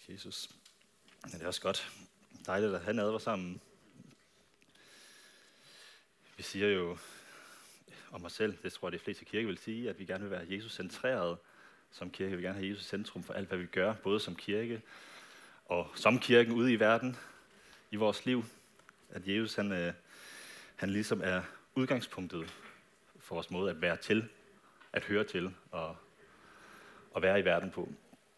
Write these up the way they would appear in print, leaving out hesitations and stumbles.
Jesus. Ja, det er også godt. Dejligt at have nadver sammen. Vi siger jo om os selv, det tror jeg de fleste kirker vil sige, at vi gerne vil være Jesus-centreret som kirke. Vi vil gerne have Jesus centrum for alt, hvad vi gør, både som kirke og som kirken ude i verden, i vores liv. At Jesus han ligesom er udgangspunktet for vores måde at være til, at høre til og være i verden på.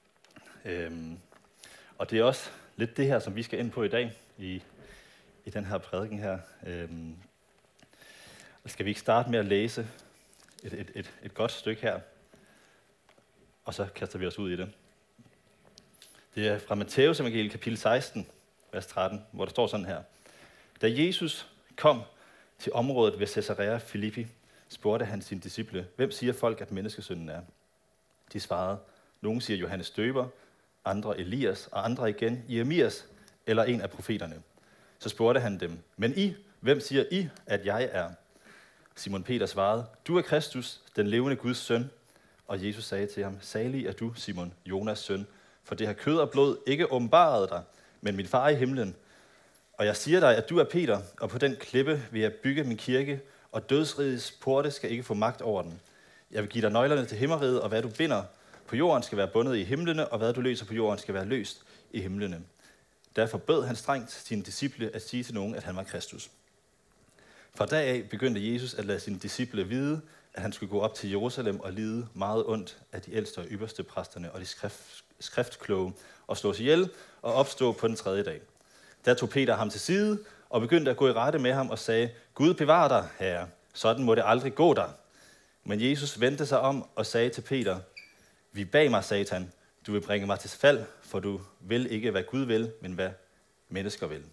Og det er også lidt det her, som vi skal ind på i dag, i den her prædiken her. Skal vi ikke starte med at læse et godt stykke her, og så kaster vi os ud i det. Det er fra Matthæus evangeliet kapitel 16, vers 13, hvor der står sådan her. Da Jesus kom til området ved Caesarea Philippi, spurgte han sine disciple, hvem siger folk, at menneskesønnen er? De svarede, nogen siger Johannes Døber, andre Elias, og andre igen Jeremias, eller en af profeterne. Så spurgte han dem, men I, hvem siger I, at jeg er? Simon Peter svarede, du er Kristus, den levende Guds søn. Og Jesus sagde til ham, salig er du, Simon, Jonas søn, for det har kød og blod ikke åbenbaret dig, men min far i himlen. Og jeg siger dig, at du er Peter, og på den klippe vil jeg bygge min kirke, og dødsrigets porte skal ikke få magt over den. Jeg vil give dig nøglerne til himmeriget, og hvad du binder på jorden skal være bundet i himlene, og hvad du løser på jorden skal være løst i himlene. Derfor bød han strengt sine disciple at sige til nogen, at han var Kristus. Fra dag af begyndte Jesus at lade sine disciple vide, at han skulle gå op til Jerusalem og lide meget ondt af de ældste og ypperste præsterne og de skriftkloge, og slås ihjel og opstå på den 3. dag. Der tog Peter ham til side og begyndte at gå i rette med ham og sagde, Gud bevar dig, herre, sådan må det aldrig gå dig. Men Jesus vendte sig om og sagde til Peter, vi bag mig, Satan, du vil bringe mig til fald, for du vil ikke, hvad Gud vil, men hvad mennesker vil.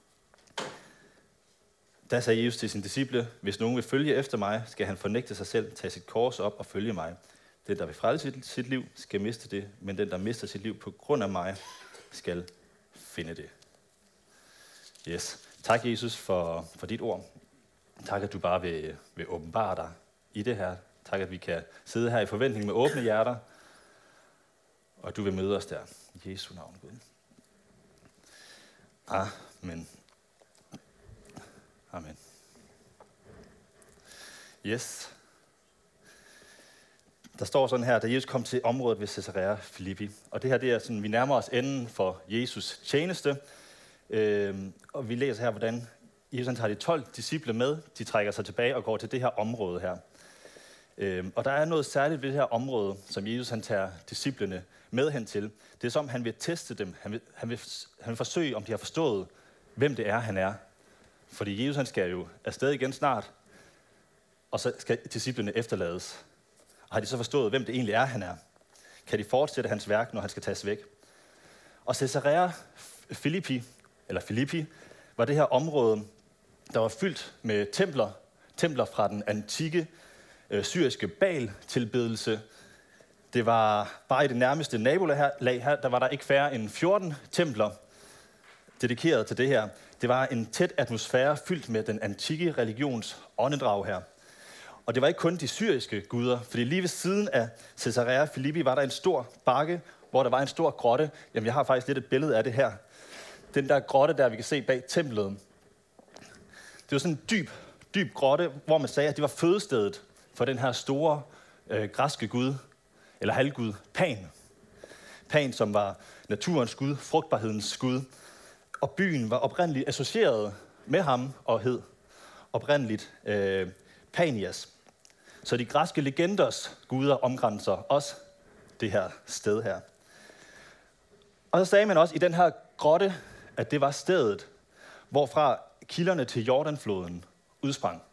Da sagde Jesus til sine disciple, hvis nogen vil følge efter mig, skal han fornægte sig selv, tage sit kors op og følge mig. Den, der vil frelse sit liv, skal miste det, men den, der mister sit liv på grund af mig, skal finde det. Yes. Tak, Jesus, for dit ord. Tak, at du bare vil åbenbare dig i det her. Tak, at vi kan sidde her i forventning med åbne hjerter, og at du vil møde os der. I Jesu navn, Gud. Amen. Amen. Yes. Der står sådan her, da Jesus kom til området ved Caesarea Philippi. Og det her, det er sådan, vi nærmer os enden for Jesus tjeneste. Og vi læser her, hvordan Jesus tager de 12 disciple med. De trækker sig tilbage og går til det her område her. Og der er noget særligt ved det her område, som Jesus han tager disciplene med hen til. Det er som, han vil teste dem. Han vil forsøge, om de har forstået, hvem det er, han er. Fordi Jesus han skal jo afsted igen snart, og så skal disciplene efterlades. Og har de så forstået, hvem det egentlig er, han er? Kan de fortsætte hans værk, når han skal tages væk? Og Caesarea Philippi, var det her område, der var fyldt med templer fra den antikke syriske Baal-tilbedelse. Det var bare i det nærmeste nabolag her, der var der ikke færre end 14 templer dedikeret til det her. Det var en tæt atmosfære fyldt med den antikke religions åndedrag her. Og det var ikke kun de syriske guder, fordi lige ved siden af Caesarea Philippi var der en stor bakke, hvor der var en stor grotte. Jamen, jeg har faktisk lidt et billede af det her. Den der grotte der, vi kan se bag templet. Det var sådan en dyb grotte, hvor man sagde, at det var fødestedet for den her store græske gud, eller halvgud, Pan. Pan, som var naturens gud, frugtbarhedens gud. Og byen var oprindeligt associeret med ham og hed oprindeligt Panias. Så de græske legenders guder omgrænser også det her sted her. Og så sagde man også i den her grotte, at det var stedet, hvorfra kilderne til Jordanfloden udsprang.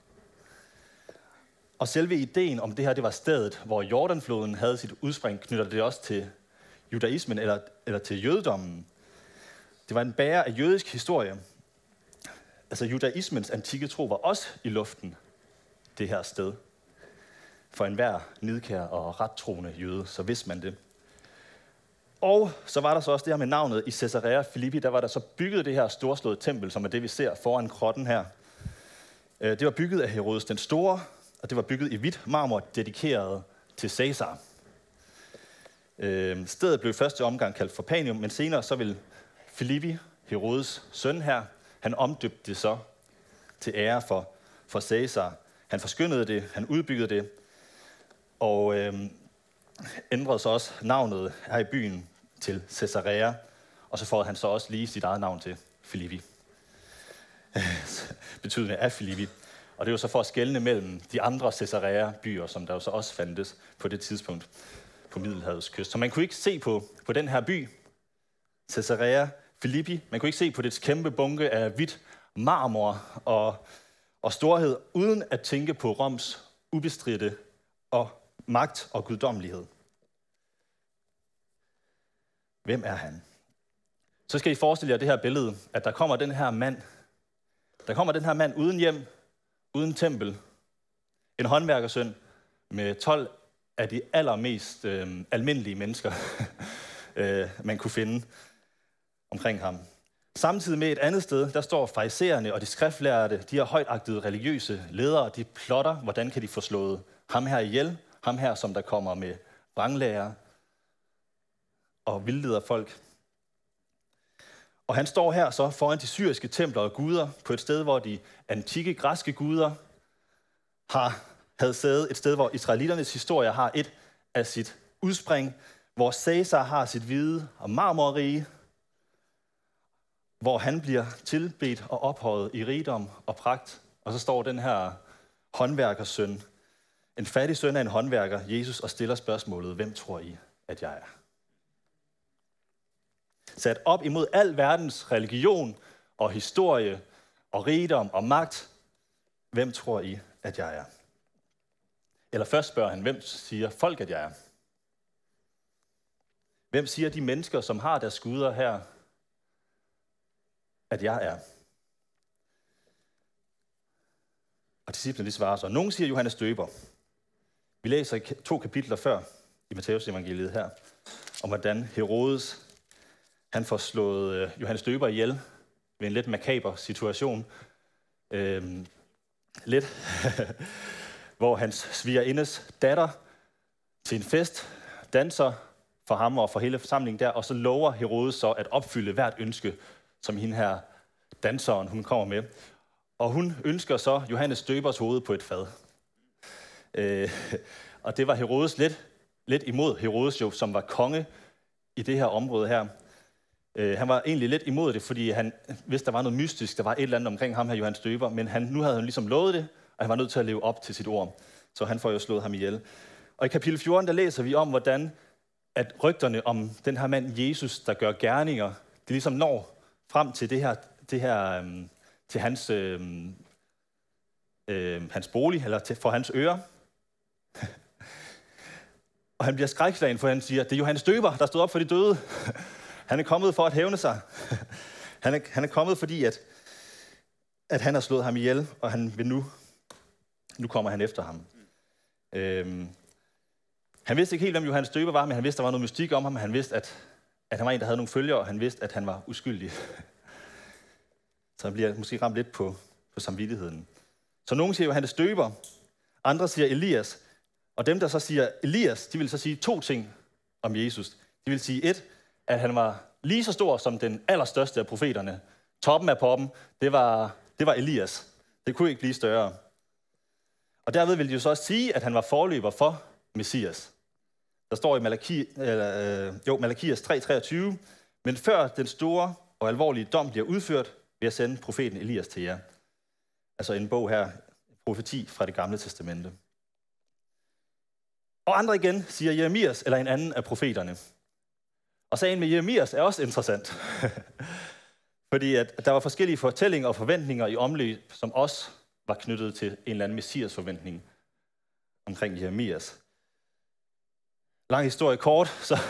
Og selve ideen om det her, det var stedet, hvor Jordanfloden havde sit udspring, knytter det også til judaismen eller til jødedommen. Det var en bærer af jødisk historie. Altså judaismens antikke tro var også i luften, det her sted. For enhver nidkær og rettroende jøde, så vidste man det. Og så var der så også det her med navnet i Caesarea Philippi. Der var der så bygget det her storslåede tempel, som er det, vi ser foran grotten her. Det var bygget af Herodes den Store, og det var bygget i hvidt marmor, dedikeret til Caesar. Stedet blev i første omgang kaldt Forpanium, men senere så vil Filippi, Herodes søn her, han omdøbte det så til ære for Cæsar. Han forskyndede det, han udbyggede det, og ændrede så også navnet her i byen til Caesarea, og så får han så også lige sit eget navn til Filippi. Betydende af Filippi. Og det er jo så for at skelne mellem de andre Caesarea-byer, som der jo så også fandtes på det tidspunkt på Middelhavets kyst. Så man kunne ikke se på den her by, Caesarea Filippi, man kunne ikke se på dets kæmpe bunke af hvidt marmor og storhed, uden at tænke på Roms ubestridte og magt og guddommelighed. Hvem er han? Så skal I forestille jer det her billede, at der kommer den her mand uden hjem, uden tempel, en håndværkersøn med 12 af de allermest almindelige mennesker, man kunne finde omkring ham. Samtidig med et andet sted, der står farisæerne og de skriftlærde, de her højtagtede religiøse ledere, de plotter, hvordan kan de få slået ham her ihjel, ham her, som der kommer med vranglærer og vildleder folk. Og han står her så foran de syriske templer og guder på et sted, hvor de antikke græske guder havde sæde, et sted, hvor israeliternes historie har et af sit udspring, hvor Cæsar har sit hvide og marmorrige, hvor han bliver tilbedt og ophøjet i rigdom og pragt. Og så står den her håndværkersøn, en fattig søn af en håndværker, Jesus, og stiller spørgsmålet, hvem tror I, at jeg er? Sat op imod al verdens religion og historie og rigdom og magt, hvem tror I, at jeg er? Eller først spørger han, hvem siger folk, at jeg er? Hvem siger de mennesker, som har deres guder her, at jeg er? Og disciplene de svarer så. Nogen siger Johannes Døber. Vi læser 2 kapitler før i Matthæus evangeliet her, om hvordan Herodes han får slået Johannes Døber ihjel ved en lidt makaber situation. Hvor hans svigerindes datter til en fest danser for ham og for hele forsamlingen der, og så lover Herodes så at opfylde hvert ønske, som hende her danseren, hun kommer med. Og hun ønsker så Johannes Døbers hoved på et fad. Og det var Herodes lidt imod. Herodes jo, som var konge i det her område her. Han var egentlig lidt imod det, fordi han vidste, der var noget mystisk, der var et eller andet omkring ham her, Johannes Døber, men nu havde han ligesom lovet det, og han var nødt til at leve op til sit ord. Så han får jo slået ham ihjel. Og i kapitel 14, der læser vi om, hvordan at rygterne om den her mand Jesus, der gør gerninger, det ligesom når frem til til hans bolig, eller for hans ører. Og han bliver skrækslagen, for han siger, det er Johannes Døber, der stod op for de døde. Han er kommet for at hævne sig. Han er kommet, fordi at han har slået ham ihjel, og han vil nu kommer han efter ham. Han vidste ikke helt, hvem Johannes Døber var, men han vidste, der var noget mystik om ham. Han vidste, at han var en, der havde nogle følgere, og han vidste, at han var uskyldig. Så han bliver måske ramt lidt på samvittigheden. Så nogen siger Johannes Døber, andre siger Elias. Og dem, der så siger Elias, de vil så sige 2 ting om Jesus. De vil sige 1, at han var lige så stor som den allerstørste af profeterne. Toppen af poppen, det var Elias. Det kunne ikke blive større. Og derved vil de jo så også sige, at han var forløber for Messias. Der står i Malakias 3:23, men før den store og alvorlige dom bliver udført, vil jeg sende profeten Elias til jer. Altså en bog her, profeti fra det gamle testamente. Og andre igen siger Jeremias eller en anden af profeterne. Og sagen med Jeremias er også interessant. Fordi at der var forskellige fortællinger og forventninger i omløb, som også var knyttet til en eller anden messias forventning omkring Jeremias. Lang historie kort, så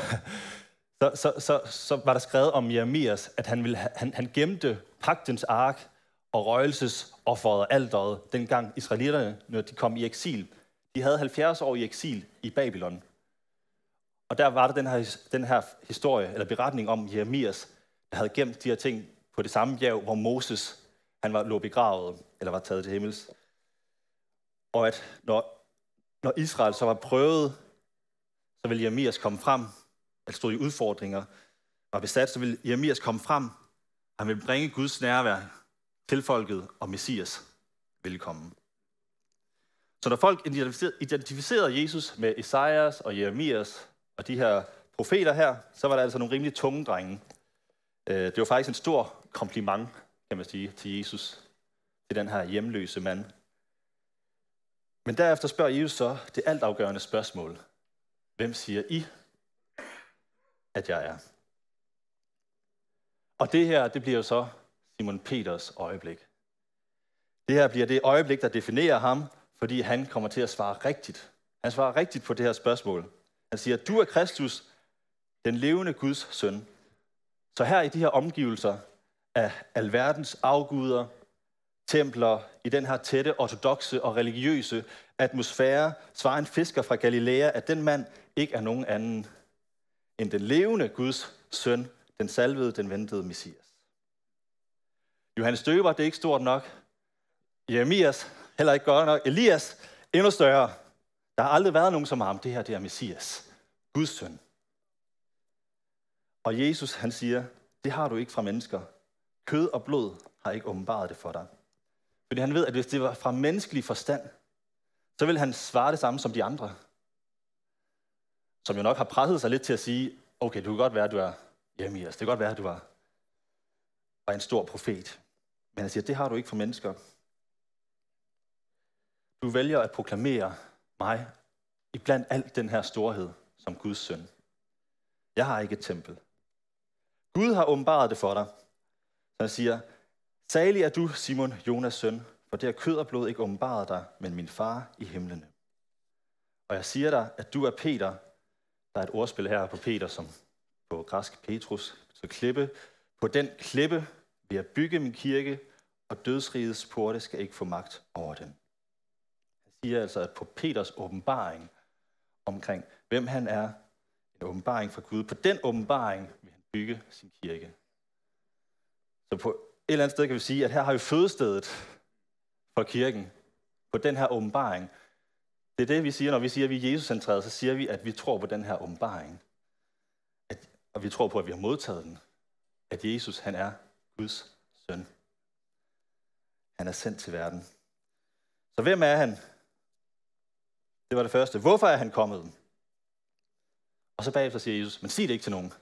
var der skrevet om Jeremias, at han gemte pagtens ark og røgelsesofferet alteret, dengang israelitterne, når de kom i eksil. De havde 70 år i eksil i Babylon. Og der var der den her historie, eller beretning om Jeremias, der havde gemt de her ting på det samme bjerg, hvor Moses lå begravet, eller var taget til himmels. Og at når Israel så var prøvet, så ville Jeremias komme frem stod i udfordringer, var besat, så ville Jeremias komme frem. Han ville bringe Guds nærvær til folket, og Messias velkommen. Så når folk identificerede Jesus med Esajas og Jeremias og de her profeter her, så var der altså nogle rimelig tunge drenge. Det var faktisk en stor kompliment, kan man sige, til Jesus, til den her hjemløse mand. Men derefter spørger Jesus så det altafgørende spørgsmål. Hvem siger I, at jeg er? Og det her, det bliver jo så Simon Peters øjeblik. Det her bliver det øjeblik, der definerer ham, fordi han kommer til at svare rigtigt. Han svarer rigtigt på det her spørgsmål. Han siger, du er Kristus, den levende Guds søn. Så her i de her omgivelser af alverdens afguder, templer, i den her tætte, ortodokse og religiøse atmosfære, svarer en fisker fra Galilea, at den mand ikke er nogen anden end den levende Guds søn, den salvede, den ventede Messias. Johannes Døber, det er ikke stort nok. Jeremias, heller ikke godt nok. Elias, endnu større. Der har aldrig været nogen som ham. Det her, det er Messias, Guds søn. Og Jesus, han siger, det har du ikke fra mennesker. Kød og blod har ikke åbenbaret det for dig. Fordi han ved, at hvis det var fra menneskelig forstand, så ville han svare det samme som de andre. Som jo nok har presset sig lidt til at sige, okay, det kan godt være, at du er Jeremias. Det kan godt være, at du var en stor profet. Men han siger, det har du ikke fra mennesker. Du vælger at proklamere mig iblandt al den her storhed som Guds søn. Jeg har ikke et tempel. Gud har åbenbaret det for dig. Så han siger, salig er du, Simon, Jonas søn, for det er kød og blod ikke åbenbaret dig, men min far i himlene. Og jeg siger dig, at du er Peter. Der er et ordspil her på Peter, som på græsk Petrus, så klippe. På den klippe vil jeg bygge min kirke, og dødsrigets porte skal ikke få magt over den. Han siger altså, at på Peters åbenbaring omkring, hvem han er, en åbenbaring fra Gud, på den åbenbaring vil han bygge sin kirke. Så på et eller andet sted kan vi sige, at her har vi fødestedet for kirken, på den her åbenbaring. Det er det, vi siger, når vi siger, at vi er Jesus-centreret, så siger vi, at vi tror på den her åbenbaring. Og vi tror på, at vi har modtaget den. At Jesus, han er Guds søn. Han er sendt til verden. Så hvem er han? Det var det første. Hvorfor er han kommet? Og så bagefter siger Jesus, men sig det ikke til nogen.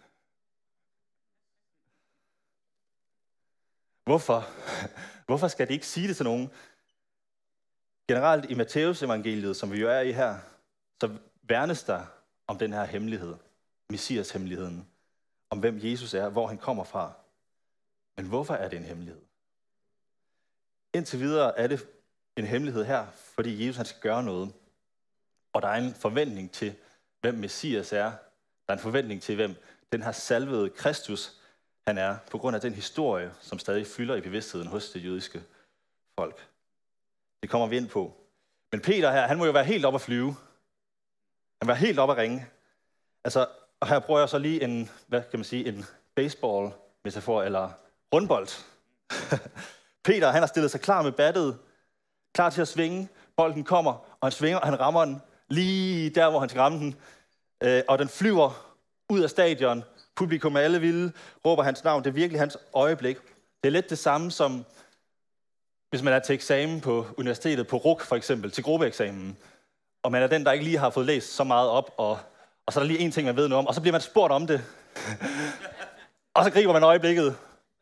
Hvorfor? Hvorfor skal de ikke sige det til nogen? Generelt i Matthæus evangeliet, som vi jo er i her, så værnes der om den her hemmelighed. Messias-hemmeligheden. Om hvem Jesus er, hvor han kommer fra. Men hvorfor er det en hemmelighed? Indtil videre er det en hemmelighed her, fordi Jesus han skal gøre noget. Og der er en forventning til, hvem Messias er. Der er en forventning til, hvem den her salvede Kristus han er, på grund af den historie, som stadig fylder i bevidstheden hos det jødiske folk. Det kommer vi ind på. Men Peter her, han må jo være helt op at flyve. Han var helt op at ringe. Altså, og her bruger jeg så lige en, hvad kan man sige, en baseball-metafor, eller rundbold. Peter, han har stillet sig klar med battet, klar til at svinge. Bolden kommer, og han svinger, og han rammer den lige der, hvor han skal ramme den. Og den flyver ud af stadion. Publikum er alle vilde, råber hans navn. Det er virkelig hans øjeblik. Det er lidt det samme som, hvis man er til eksamen på universitetet, på RUC for eksempel, til gruppeeksamen. Og man er den, der ikke lige har fået læst så meget op, og så er der lige en ting, man ved noget om, og så bliver man spurgt om det. Og så griber man øjeblikket.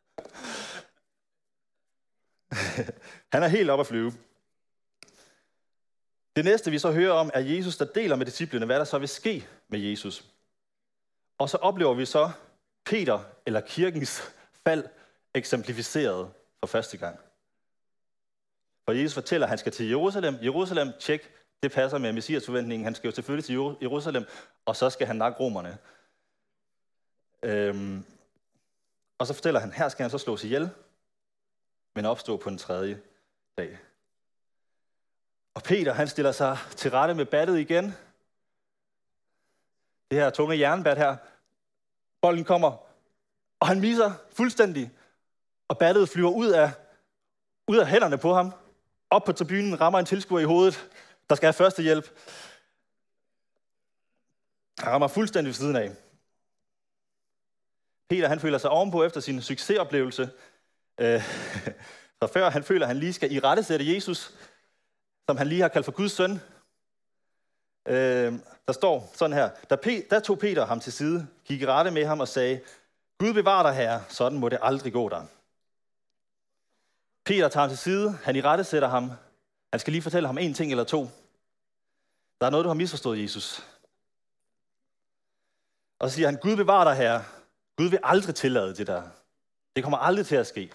Han er helt oppe at flyve. Det næste, vi så hører om, er Jesus, der deler med disciplene, hvad der så vil ske med Jesus. Og så oplever vi så Peter, eller kirkens fald, eksemplificeret for første gang. For Jesus fortæller, at han skal til Jerusalem. Jerusalem, tjek, det passer med Messias forventningen. Han skal jo selvfølgelig til Jerusalem, og så skal han nakke romerne. Og så fortæller han, her skal han så slås ihjel, men opstå på den 3. dag. Og Peter, han stiller sig til rette med battet igen. Det her tunge jernbat her. Bolden kommer, og han misser fuldstændig. Og battet flyver ud af hænderne på ham. Op på tribunen, rammer en tilskuer i hovedet, der skal have førstehjælp. Han rammer fuldstændig ved siden af. Peter han føler sig ovenpå efter sin succesoplevelse. Fra før han føler, at han lige skal irettesætte Jesus, som han lige har kaldt for Guds søn. Der står sådan her. Der tog Peter ham til side, gik i rette med ham og sagde, Gud bevar dig, Herre, sådan må det aldrig gå dig. Peter tager ham til side, han irettesætter ham. Han skal lige fortælle ham en ting eller to. Der er noget, du har misforstået, Jesus. Og så siger han, Gud bevar dig, Herre. Gud vil aldrig tillade det der. Det kommer aldrig til at ske.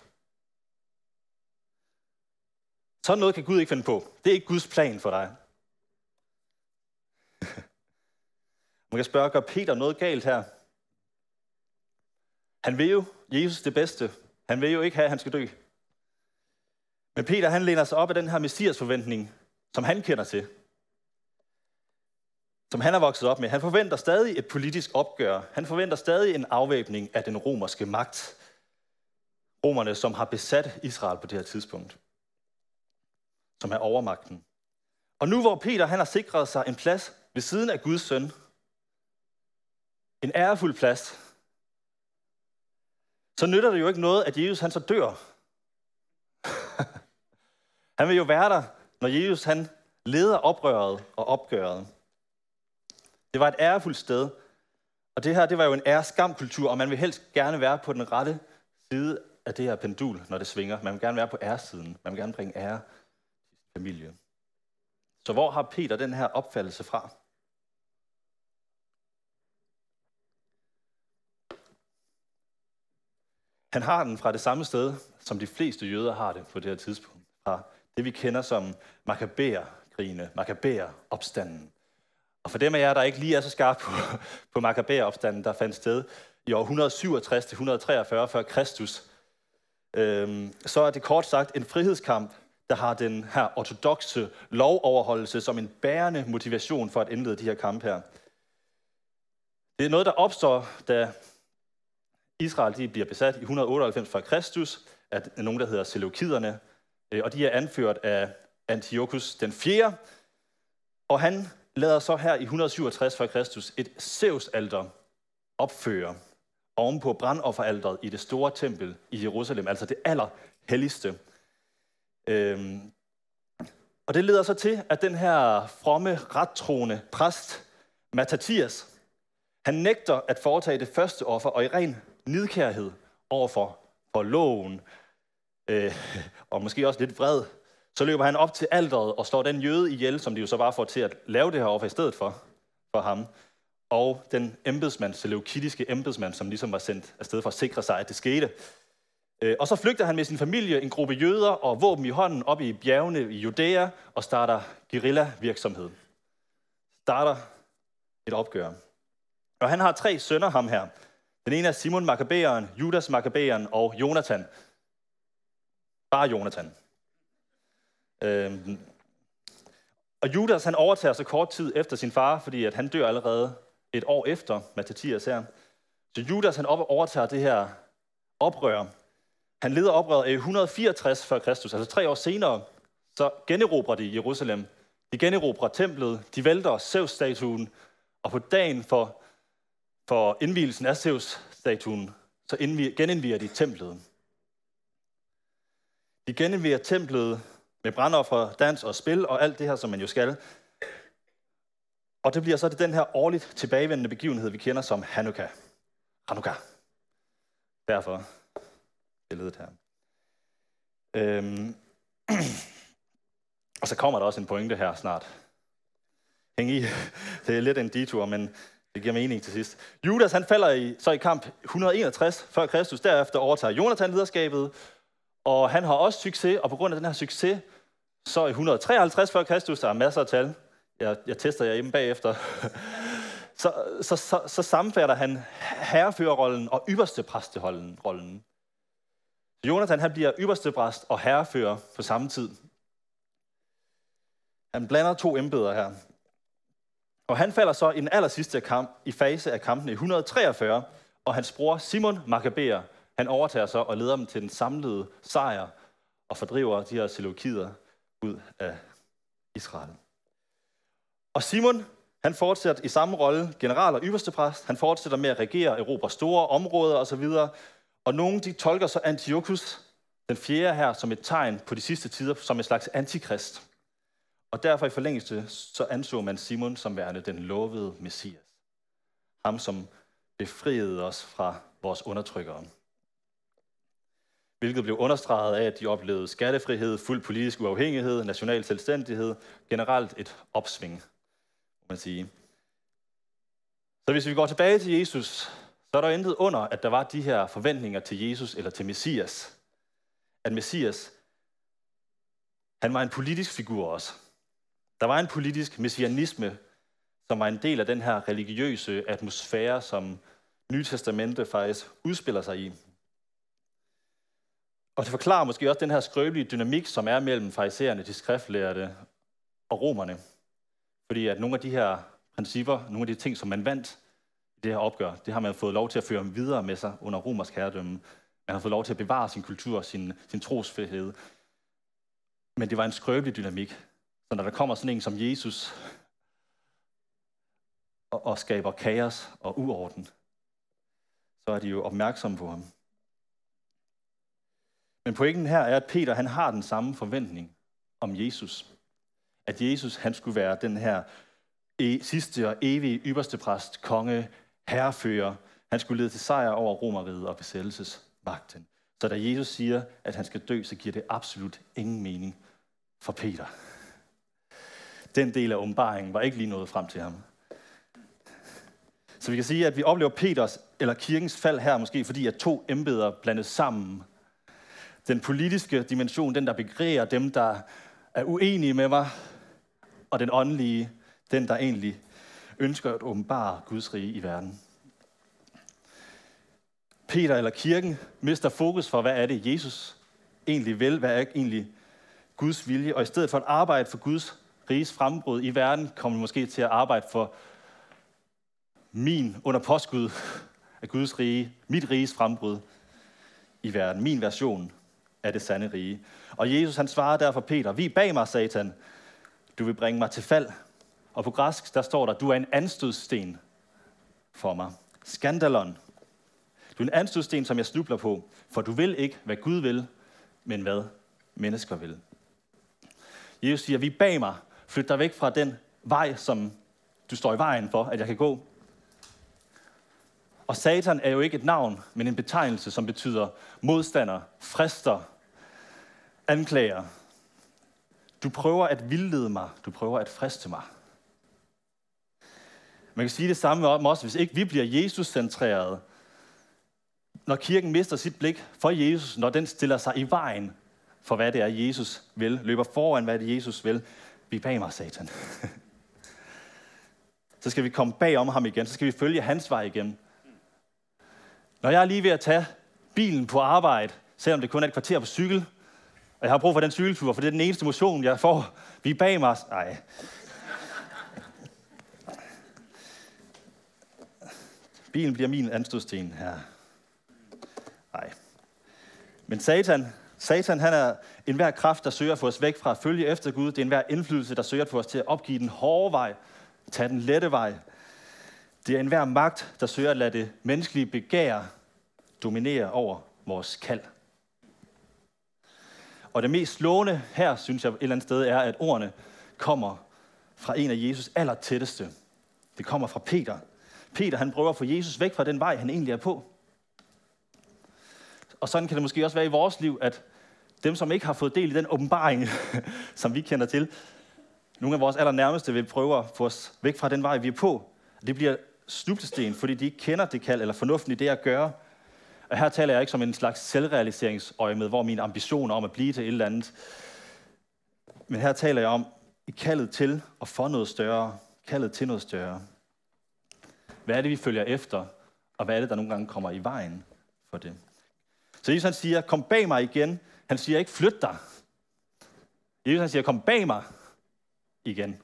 Sådan noget kan Gud ikke finde på. Det er ikke Guds plan for dig. Man kan spørge, gør Peter noget galt her? Han vil jo Jesus det bedste. Han vil jo ikke have, at han skal dø. Men Peter, han læner sig op af den her messias forventning, som han kender til. Som han er vokset op med. Han forventer stadig et politisk opgør. Han forventer stadig en afvæbning af den romerske magt. Romerne, som har besat Israel på det her tidspunkt. Som er overmagten. Og nu hvor Peter han har sikret sig en plads ved siden af Guds søn, en ærefuld plads, så nytter det jo ikke noget, at Jesus han så dør. Han vil jo være der, når Jesus han leder oprøret og opgøret. Det var et ærefuldt sted, og det her det var jo en æreskamkultur, og man vil helst gerne være på den rette side af det her pendul, når det svinger. Man vil gerne være på æressiden. Man vil gerne bringe ære til sin familie. Så hvor har Peter den her opfattelse fra? Han har den fra det samme sted, som de fleste jøder har det på det her tidspunkt. Fra det, vi kender som Makkabæerkrigene, Makkabæeropstanden. Og for dem af jer, der ikke lige er så skarpe på Makkabæeropstanden, der fandt sted i år 167-143 før Kristus, så er det kort sagt en frihedskamp, der har den her ortodokse lovoverholdelse som en bærende motivation for at indlede de her kampe her. Det er noget, der opstår, da Israel bliver besat i 198 før Kristus af nogen, der hedder Seleukiderne, og de er anført af Antiochus den 4. Og han lader så her i 167 før Kristus et Zeus-alter opføre ovenpå brandofferalteret i det store tempel i Jerusalem, altså det allerhelligste. Og det leder så til, at den her fromme, rettroende præst, Matthias, han nægter at foretage det første offer, og i ren nidkærhed overfor loven, og måske også lidt vred, så løber han op til alteret og slår den jøde ihjel, som de jo så bare får til at lave det her offer i stedet for ham, og den embedsmand, seleukidiske embedsmand, som ligesom var sendt afsted for at sikre sig, at det skete. Og så flygter han med sin familie, en gruppe jøder og våben i hånden op i bjergene i Judæa og starter guerilla-virksomhed. Starter et opgør. Og han har 3 sønner, ham her. Den ene er Simon Makkabæeren, Judas Makkabæeren og Jonathan. Bare Jonathan. Og Judas han overtager så kort tid efter sin far, fordi at han dør allerede et år efter Matthias her. Så Judas han overtager det her oprør. Han leder oprøret i 164 før Kristus, altså 3 år senere, så generobrer de Jerusalem. De generobrer templet, de vælter Zeus-statuen, og på dagen for indvielsen af Zeus-statuen, så genindvier de templet. De genindvier templet med brandoffer, dans og spil og alt det her, som man jo skal. Og det bliver så den her årligt tilbagevendende begivenhed, vi kender som Hanukkah. Derfor billedet her. Og så kommer der også en pointe her snart. Hæng i. Det er lidt en detur, men det giver mening til sidst. Judas han falder så i kamp 161 før Kristus. Derefter overtager Jonathan lederskabet, og han har også succes, og på grund af den her succes, så i 153 før Kristus, der er masser af tal, jeg tester jer hjemme bagefter, så sammenfatter han herreførerrollen og ypperstepræsterollen. Jonathan han bliver ypperstepræst og herrefører på samme tid. Han blander 2 embeder her. Og han falder så i den allersidste fase af kampen i 143, og hans bror Simon Makkabæer, han overtager så og leder dem til den samlede sejr og fordriver de her seleukider ud af Israel. Og Simon, Han fortsætter i samme rolle, general og ypperstepræst. Han fortsætter med at regere, erobre store områder osv. Og nogle de tolker så Antiochus, den fjerde her, som et tegn på de sidste tider, som et slags antikrist. Og derfor i forlængelse, så anså man Simon som værende den lovede Messias. Ham, som befriede os fra vores undertrykkere. Hvilket blev understreget af, at de oplevede skattefrihed, fuld politisk uafhængighed, national selvstændighed, generelt et opsving, må man sige. Så hvis vi går tilbage til Jesus, så er der intet under, at der var de her forventninger til Jesus eller til Messias. At Messias, han var en politisk figur også. Der var en politisk messianisme, som var en del af den her religiøse atmosfære, som Nye Testamente faktisk udspiller sig i. Og det forklarer måske også den her skrøbelige dynamik, som er mellem farisæerne, de skriftlærde og romerne. Fordi at nogle af de her principper, nogle af de ting, som man vandt i det her opgør, det har man fået lov til at føre videre med sig under romersk herredømme. Man har fået lov til at bevare sin kultur, sin trosfrihed. Men det var en skrøbelig dynamik. Så når der kommer sådan en som Jesus og skaber kaos og uorden, så er de jo opmærksomme på ham. Men pointen her er, at Peter han har den samme forventning om Jesus. At Jesus han skulle være den her sidste og evige ypperstepræst, konge, herrefører. Han skulle lede til sejr over Romerriget og besættelsesmagten. Så da Jesus siger, at han skal dø, så giver det absolut ingen mening for Peter. Den del af åbenbaringen var ikke lige nået frem til ham. Så vi kan sige, at vi oplever Peters eller kirkens fald her måske, fordi at to embeder blandes sammen. Den politiske dimension, den der begræder dem, der er uenige med mig, og den åndelige, den der egentlig ønsker at åbenbare Guds rige i verden. Peter eller kirken mister fokus for, hvad er det Jesus egentlig vil, hvad er egentlig Guds vilje, og i stedet for at arbejde for Guds riges frembrud i verden, kommer vi måske til at arbejde for min under påskud af Guds rige, mit riges frembrud i verden, min version af det sande rige. Og Jesus han svarer derfor Peter, vi bag mig, Satan, du vil bringe mig til fald. Og på græsk, der står der, du er en anstødssten for mig. Skandalon. Du er en anstødssten, som jeg snubler på, for du vil ikke, hvad Gud vil, men hvad mennesker vil. Jesus siger, vi bag mig, flyt dig væk fra den vej, som du står i vejen for, at jeg kan gå. Og Satan er jo ikke et navn, men en betegnelse, som betyder modstander, frister, anklager. Du prøver at vildlede mig, du prøver at friste mig. Man kan sige det samme om os, hvis ikke vi bliver Jesus-centreret. Når kirken mister sit blik for Jesus, når den stiller sig i vejen for, hvad det er, Jesus vil, løber foran, hvad det er, Jesus vil, vi bag mig, Satan. Så skal vi komme bag om ham igen, så skal vi følge hans vej igen. Når jeg er lige ved at tage bilen på arbejde, selvom det kun er et kvarter på cykel, og jeg har brug for den cykeltur, for det er den eneste motion, jeg får, vi bag mig. Nej. Bilen bliver min anstødsten her. Nej. Men Satan han er enhver kraft, der søger at få os væk fra at følge efter Gud. Det er enhver indflydelse, der søger at få os til at opgive den hårde vej, tage den lette vej. Det er enhver magt, der søger at lade det menneskelige begær dominere over vores kald. Og det mest slående her, synes jeg et eller andet sted, er, at ordene kommer fra en af Jesus allertætteste. Det kommer fra Peter. Peter, han prøver at få Jesus væk fra den vej, han egentlig er på. Og sådan kan det måske også være i vores liv, at dem, som ikke har fået del i den åbenbaring, som vi kender til, nogle af vores allernærmeste vil prøve at få os væk fra den vej, vi er på. Det bliver snublesten, fordi de ikke kender det kald eller fornuften i det at gøre. Og her taler jeg ikke som en slags selvrealiseringsøjemed, hvor mine ambitioner om at blive til et eller andet. Men her taler jeg om kaldet til at få noget større. Kaldet til noget større. Hvad er det, vi følger efter? Og hvad er det, der nogle gange kommer i vejen for det? Så Jesus han siger, kom bag mig igen. Han siger ikke, flyt dig. Jesus han siger, kom bag mig igen.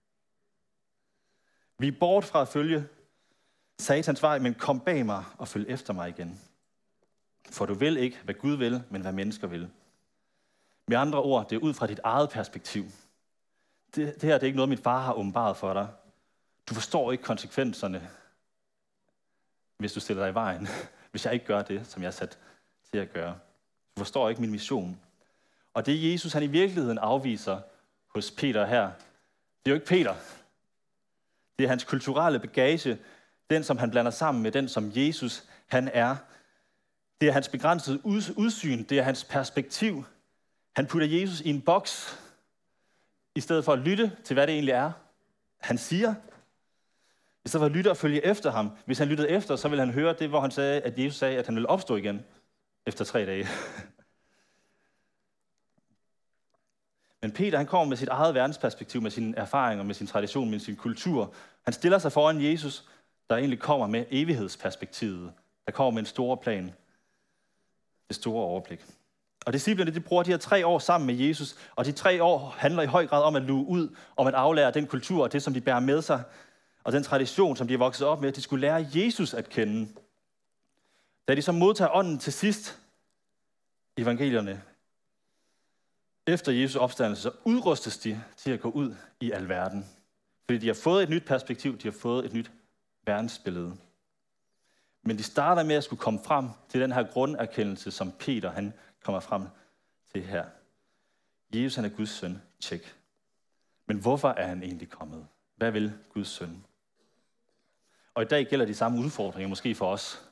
Vi er bort fra at følge Satans vej, men kom bag mig og følg efter mig igen. For du vil ikke, hvad Gud vil, men hvad mennesker vil. Med andre ord, det er ud fra dit eget perspektiv. Det her det er ikke noget, min far har åbenbaret for dig. Du forstår ikke konsekvenserne, hvis du stiller dig i vejen, hvis jeg ikke gør det, som jeg er sat til at gøre. Du forstår ikke min mission. Og det Jesus, han i virkeligheden afviser hos Peter her, det er jo ikke Peter. Det er hans kulturelle bagage, den som han blander sammen med den som Jesus han er. Det er hans begrænsede udsyn, det er hans perspektiv. Han putter Jesus i en boks, i stedet for at lytte til, hvad det egentlig er, han siger. I stedet for at lytte og følge efter ham. Hvis han lyttede efter, så ville han høre det, hvor han sagde, at Jesus sagde, at han ville opstå igen efter 3 dage. Men Peter, han kommer med sit eget verdensperspektiv, med sine erfaringer, med sin tradition, med sin kultur. Han stiller sig foran Jesus, der egentlig kommer med evighedsperspektivet. Der kommer med en stor plan. Det store overblik. Og disciplerne, de bruger de her 3 år sammen med Jesus, og de 3 år handler i høj grad om at luge ud, om at aflære den kultur og det, som de bærer med sig, og den tradition, som de er vokset op med, at de skulle lære Jesus at kende. Da de så modtager ånden til sidst, evangelierne, efter Jesu opstandelse, så udrustes de til at gå ud i alverden. Fordi de har fået et nyt perspektiv, de har fået et nyt verdensbillede. Men de starter med at skulle komme frem til den her grunderkendelse, som Peter han kommer frem til her. Jesus han er Guds søn. Tjek. Men hvorfor er han egentlig kommet? Hvad vil Guds søn? Og i dag gælder de samme udfordringer måske for os.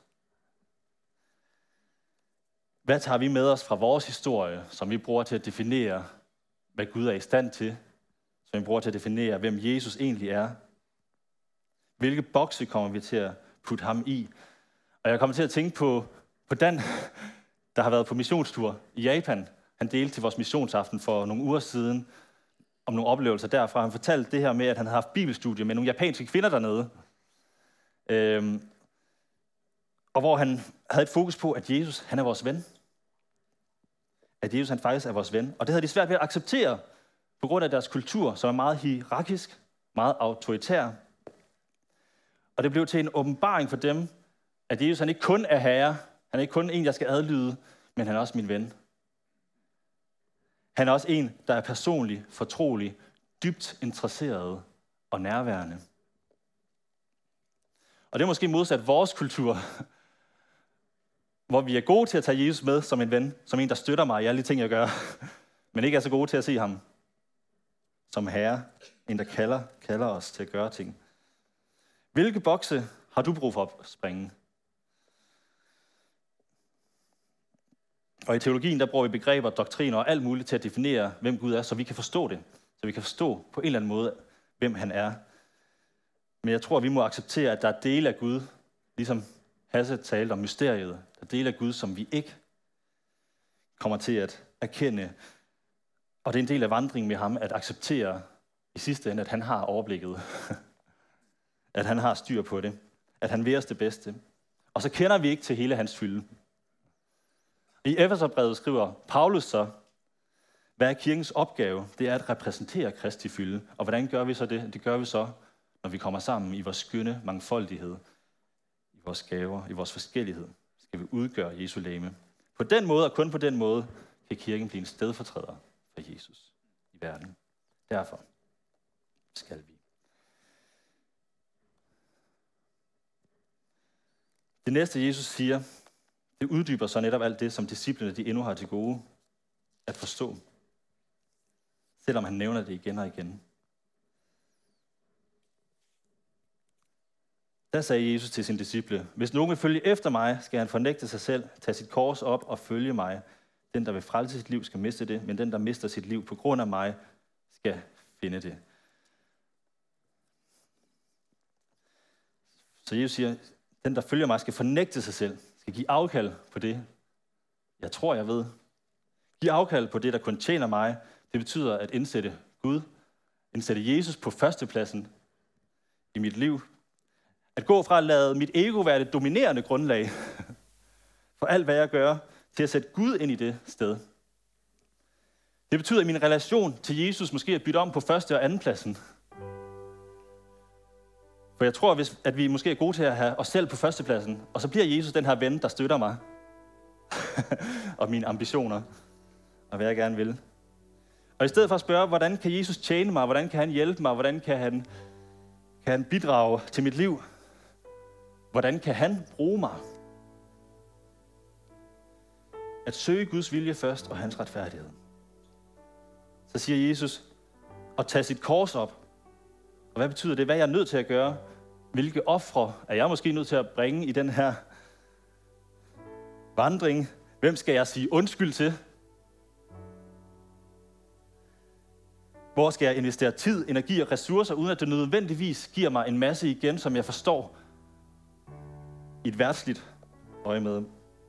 Hvad tager vi med os fra vores historie, som vi bruger til at definere, hvad Gud er i stand til? Som vi bruger til at definere, hvem Jesus egentlig er? Hvilke bokse kommer vi til at putte ham i? Og jeg kommer til at tænke på Dan, der har været på missionstur i Japan. Han delte til vores missionsaften for nogle uger siden om nogle oplevelser derfra. Han fortalte det her med, at han havde haft bibelstudie med nogle japanske kvinder dernede. Og hvor han havde et fokus på, at Jesus han er vores ven. At Jesus han faktisk er vores ven. Og det havde de svært ved at acceptere på grund af deres kultur, som er meget hierarkisk, meget autoritær. Og det blev til en åbenbaring for dem, at Jesus han ikke kun er herre, han er ikke kun en, jeg skal adlyde, men han er også min ven. Han er også en, der er personlig, fortrolig, dybt interesseret og nærværende. Og det er måske modsat vores kultur, hvor vi er gode til at tage Jesus med som en ven, som en, der støtter mig i alle de ting, jeg gør, men ikke er så gode til at se ham som herre, en, der kalder os til at gøre ting. Hvilke bokse har du brug for at springe? Og i teologien, der bruger vi begreber, doktriner og alt muligt til at definere, hvem Gud er, så vi kan forstå det. Så vi kan forstå på en eller anden måde, hvem han er. Men jeg tror, at vi må acceptere, at der er dele af Gud, ligesom Hasse talte om mysteriet, der er dele af Gud, som vi ikke kommer til at erkende. Og det er en del af vandringen med ham, at acceptere i sidste ende, at han har overblikket. At han har styr på det. At han vil os det bedste. Og så kender vi ikke til hele hans fylde. I Efeserbrevet skriver Paulus så, hvad er kirkens opgave? Det er at repræsentere Kristi fylde. Og hvordan gør vi så det? Det gør vi så, når vi kommer sammen i vores skønne mangfoldighed, i vores gaver, i vores forskellighed, skal vi udgøre Jesu legeme. På den måde, og kun på den måde, kan kirken blive en stedfortræder for Jesus i verden. Derfor skal vi. Det næste, Jesus siger, det uddyber så netop alt det, som disciplene de endnu har til gode at forstå. Selvom han nævner det igen og igen. Der sagde Jesus til sine disciple, hvis nogen vil følge efter mig, skal han fornægte sig selv, tage sit kors op og følge mig. Den, der vil frelse sit liv, skal miste det, men den, der mister sit liv på grund af mig, skal finde det. Så Jesus siger, den, der følger mig, skal fornægte sig selv, skal give afkald på det, jeg tror, jeg ved. Give afkald på det, der kun tjener mig. Det betyder at indsætte Gud, indsætte Jesus på førstepladsen i mit liv. At gå fra at lade mit ego være det dominerende grundlag for alt, hvad jeg gør, til at sætte Gud ind i det sted. Det betyder, at min relation til Jesus måske er bytte om på første og anden pladsen. For jeg tror, at vi måske er gode til at have os selv på førstepladsen, og så bliver Jesus den her ven, der støtter mig og mine ambitioner og hvad jeg gerne vil. Og i stedet for at spørge, hvordan kan Jesus tjene mig, hvordan kan han hjælpe mig, hvordan kan han Kan han bidrage til mit liv? Hvordan kan han bruge mig? At søge Guds vilje først og hans retfærdighed. Så siger Jesus, at tage sit kors op. Og hvad betyder det? Hvad er jeg nødt til at gøre? Hvilke ofre er jeg måske nødt til at bringe i den her vandring? Hvem skal jeg sige undskyld til? Hvor skal jeg investere tid, energi og ressourcer, uden at det nødvendigvis giver mig en masse igen, som jeg forstår i et verdsligt øje med?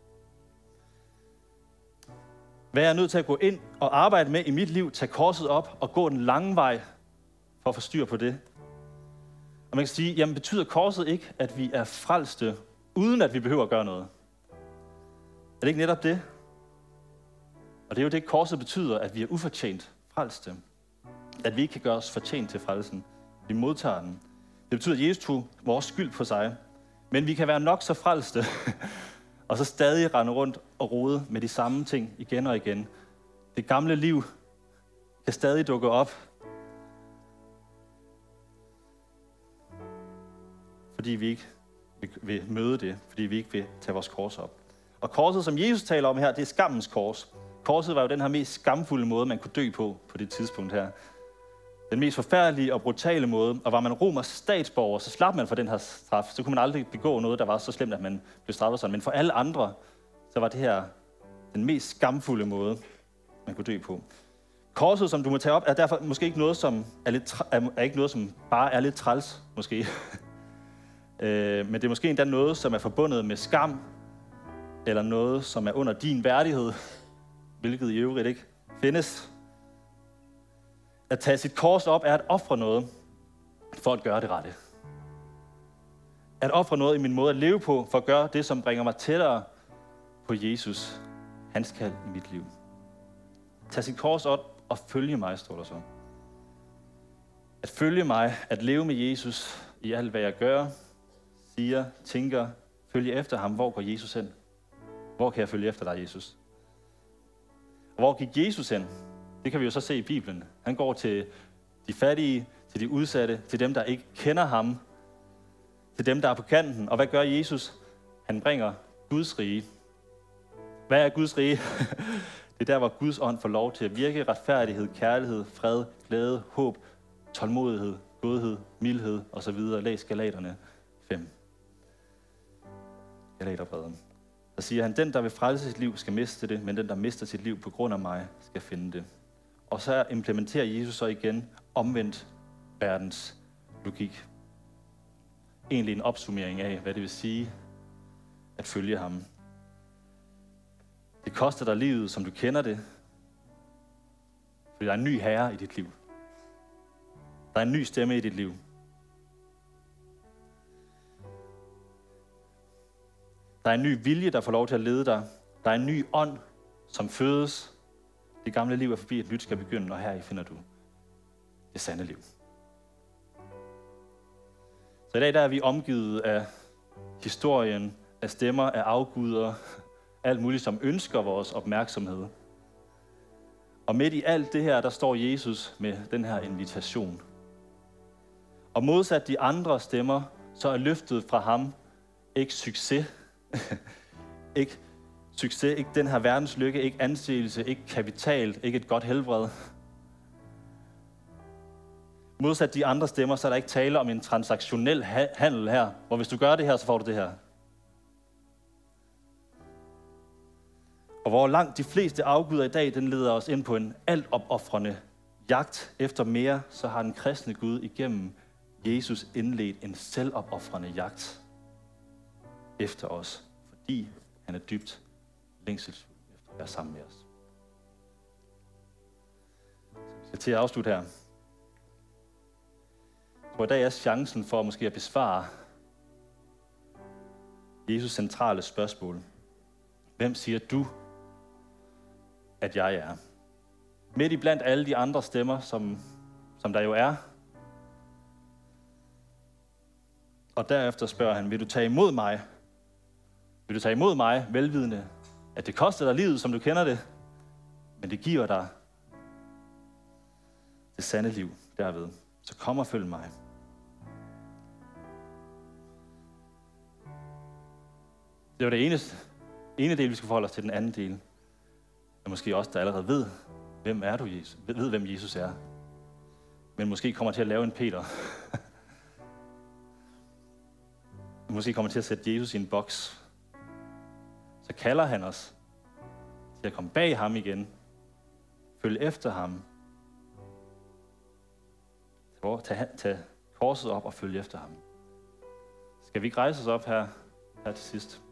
Hvad er jeg nødt til at gå ind og arbejde med i mit liv, tage korset op og gå den lange vej for at få styr på det? Og man kan sige, jamen betyder korset ikke, at vi er frelste, uden at vi behøver at gøre noget? Er det ikke netop det? Og det er jo det, korset betyder, at vi er ufortjent frelste. At vi ikke kan gøre os fortjent til frelsen. Vi modtager den. Det betyder, at Jesus tog vores skyld på sig. Men vi kan være nok så frelste, og så stadig rende rundt og rode med de samme ting igen og igen. Det gamle liv kan stadig dukke op, fordi vi ikke vil møde det, fordi vi ikke vil tage vores kors op. Og korset, som Jesus taler om her, det er skammens kors. Korset var jo den her mest skamfulde måde, man kunne dø på det tidspunkt her. Den mest forfærdelige og brutale måde. Og var man romersk statsborger, så slap man for den her straf. Så kunne man aldrig begå noget, der var så slemt, at man blev straffet sådan. Men for alle andre, så var det her den mest skamfulde måde, man kunne dø på. Korset, som du må tage op, er derfor måske ikke noget, som er ikke noget, som bare er lidt træls, måske. Men det er måske endda noget, som er forbundet med skam, eller noget, som er under din værdighed, hvilket i øvrigt ikke findes. At tage sit kors op er at ofre noget for at gøre det rette. At ofre noget i min måde at leve på, for at gøre det, som bringer mig tættere på Jesus, hans kald i mit liv. Tag sit kors op og følge mig, står der så. At følge mig, at leve med Jesus i alt, hvad jeg gør, siger, tænker, følge efter ham. Hvor går Jesus hen? Hvor kan jeg følge efter dig, Jesus? Og hvor gik Jesus hen? Det kan vi jo så se i Bibelen. Han går til de fattige, til de udsatte, til dem, der ikke kender ham, til dem, der er på kanten. Og hvad gør Jesus? Han bringer Guds rige. Hvad er Guds rige? Det er der, hvor Guds ånd får lov til at virke. Retfærdighed, kærlighed, fred, glæde, håb, tålmodighed, godhed, mildhed osv. Læs Galaterne 5. Galaterbrevet. Der siger han, den, der vil frelse sit liv, skal miste det, men den, der mister sit liv på grund af mig, skal finde det. Og så implementerer Jesus så igen omvendt verdens logik. Egentlig en opsummering af, hvad det vil sige at følge ham. Det koster dig livet, som du kender det, fordi der er en ny herre i dit liv. Der er en ny stemme i dit liv. Der er en ny vilje, der får lov til at lede dig. Der er en ny ånd, som fødes. Det gamle liv er forbi, et nyt skal begynde, og her i finder du det sande liv. Så i dag der er vi omgivet af historien, af stemmer, af afguder, alt muligt, som ønsker vores opmærksomhed. Og midt i alt det her, der står Jesus med den her invitation. Og modsat de andre stemmer, så er løftet fra ham ikke succes, ikke succes, ikke den her verdens lykke, ikke anseelse, ikke kapital, ikke et godt helbred. Modsat de andre stemmer, så er der ikke tale om en transaktionel handel her, hvor hvis du gør det her, så får du det her. Og hvor langt de fleste afguder i dag, den leder os ind på en altopofrende jagt efter mere, så har den kristne Gud igennem Jesus indledt en selvopofrende jagt efter os, fordi han er dybt længselsfuld efter at være sammen med os. Så vi skal til at afslutte her. For i dag er chancen for måske at besvare Jesus' centrale spørgsmål. Hvem siger du, at jeg er? Midt i blandt alle de andre stemmer, som der jo er. Og derefter spørger han, vil du tage imod mig? Vil du tage imod mig, velvidende, at det koster dig livet, som du kender det, men det giver dig det sande liv derved. Så kom og følg mig. Det var det ene del, vi skal forholde os til. Den anden del er måske også, der allerede ved, hvem er du, Jesus? Ved, hvem Jesus er. Men måske kommer til at lave en Peter. Måske kommer til at sætte Jesus i en boks. Så kalder han os til at komme bag ham igen. Følge efter ham. Tag korset op og følge efter ham. Skal vi ikke rejse os op her til sidst?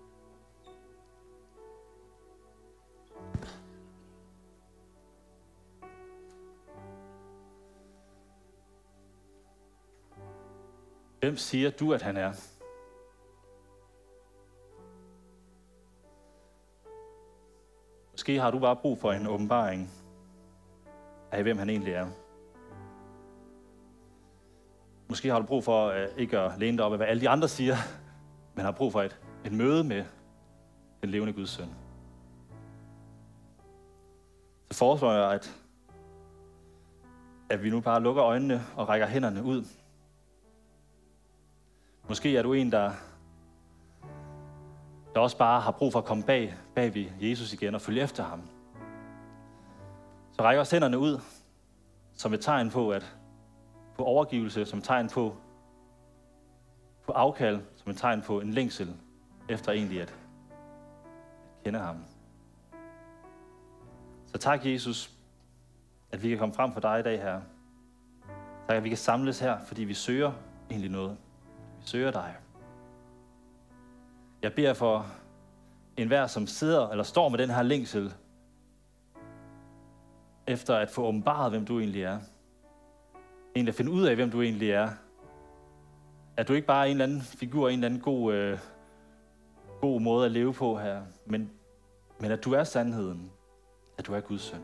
Hvem siger du, at han er? Måske har du bare brug for en åbenbaring af, hvem han egentlig er. Måske har du brug for ikke at læne dig op af, hvad alle de andre siger, men har brug for et møde med den levende Guds søn. Så foreslår jeg, at vi nu bare lukker øjnene og rækker hænderne ud. Måske er du en, der også bare har brug for at komme bag ved Jesus igen og følge efter ham. Så rækker os hænderne ud som et tegn på, på overgivelse, som et tegn på afkald, som et tegn på en længsel efter egentlig at kende ham. Så tak, Jesus, at vi kan komme frem for dig i dag her. Tak, at vi kan samles her, fordi vi søger egentlig noget. Vi søger dig. Jeg beder for enhver, som sidder eller står med den her længsel, efter at få åbenbaret, hvem du egentlig er. Egentlig at finde ud af, hvem du egentlig er. At du ikke bare er en eller anden figur, en eller anden god måde at leve på her, men at du er sandheden. At du er Guds søn.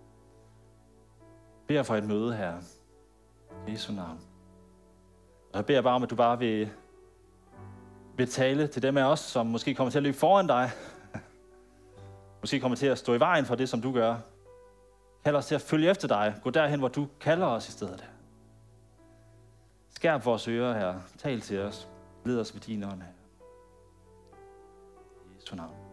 Jeg beder for et møde her. I Jesu navn. Og jeg beder bare om, at du bare vil tale til dem af os, som måske kommer til at løbe foran dig. Måske kommer til at stå i vejen for det, som du gør. Kald os til at følge efter dig. Gå derhen, hvor du kalder os i stedet her. Skærp vores ører her. Tal til os. Led os ved din ånd her. I Jesu navn.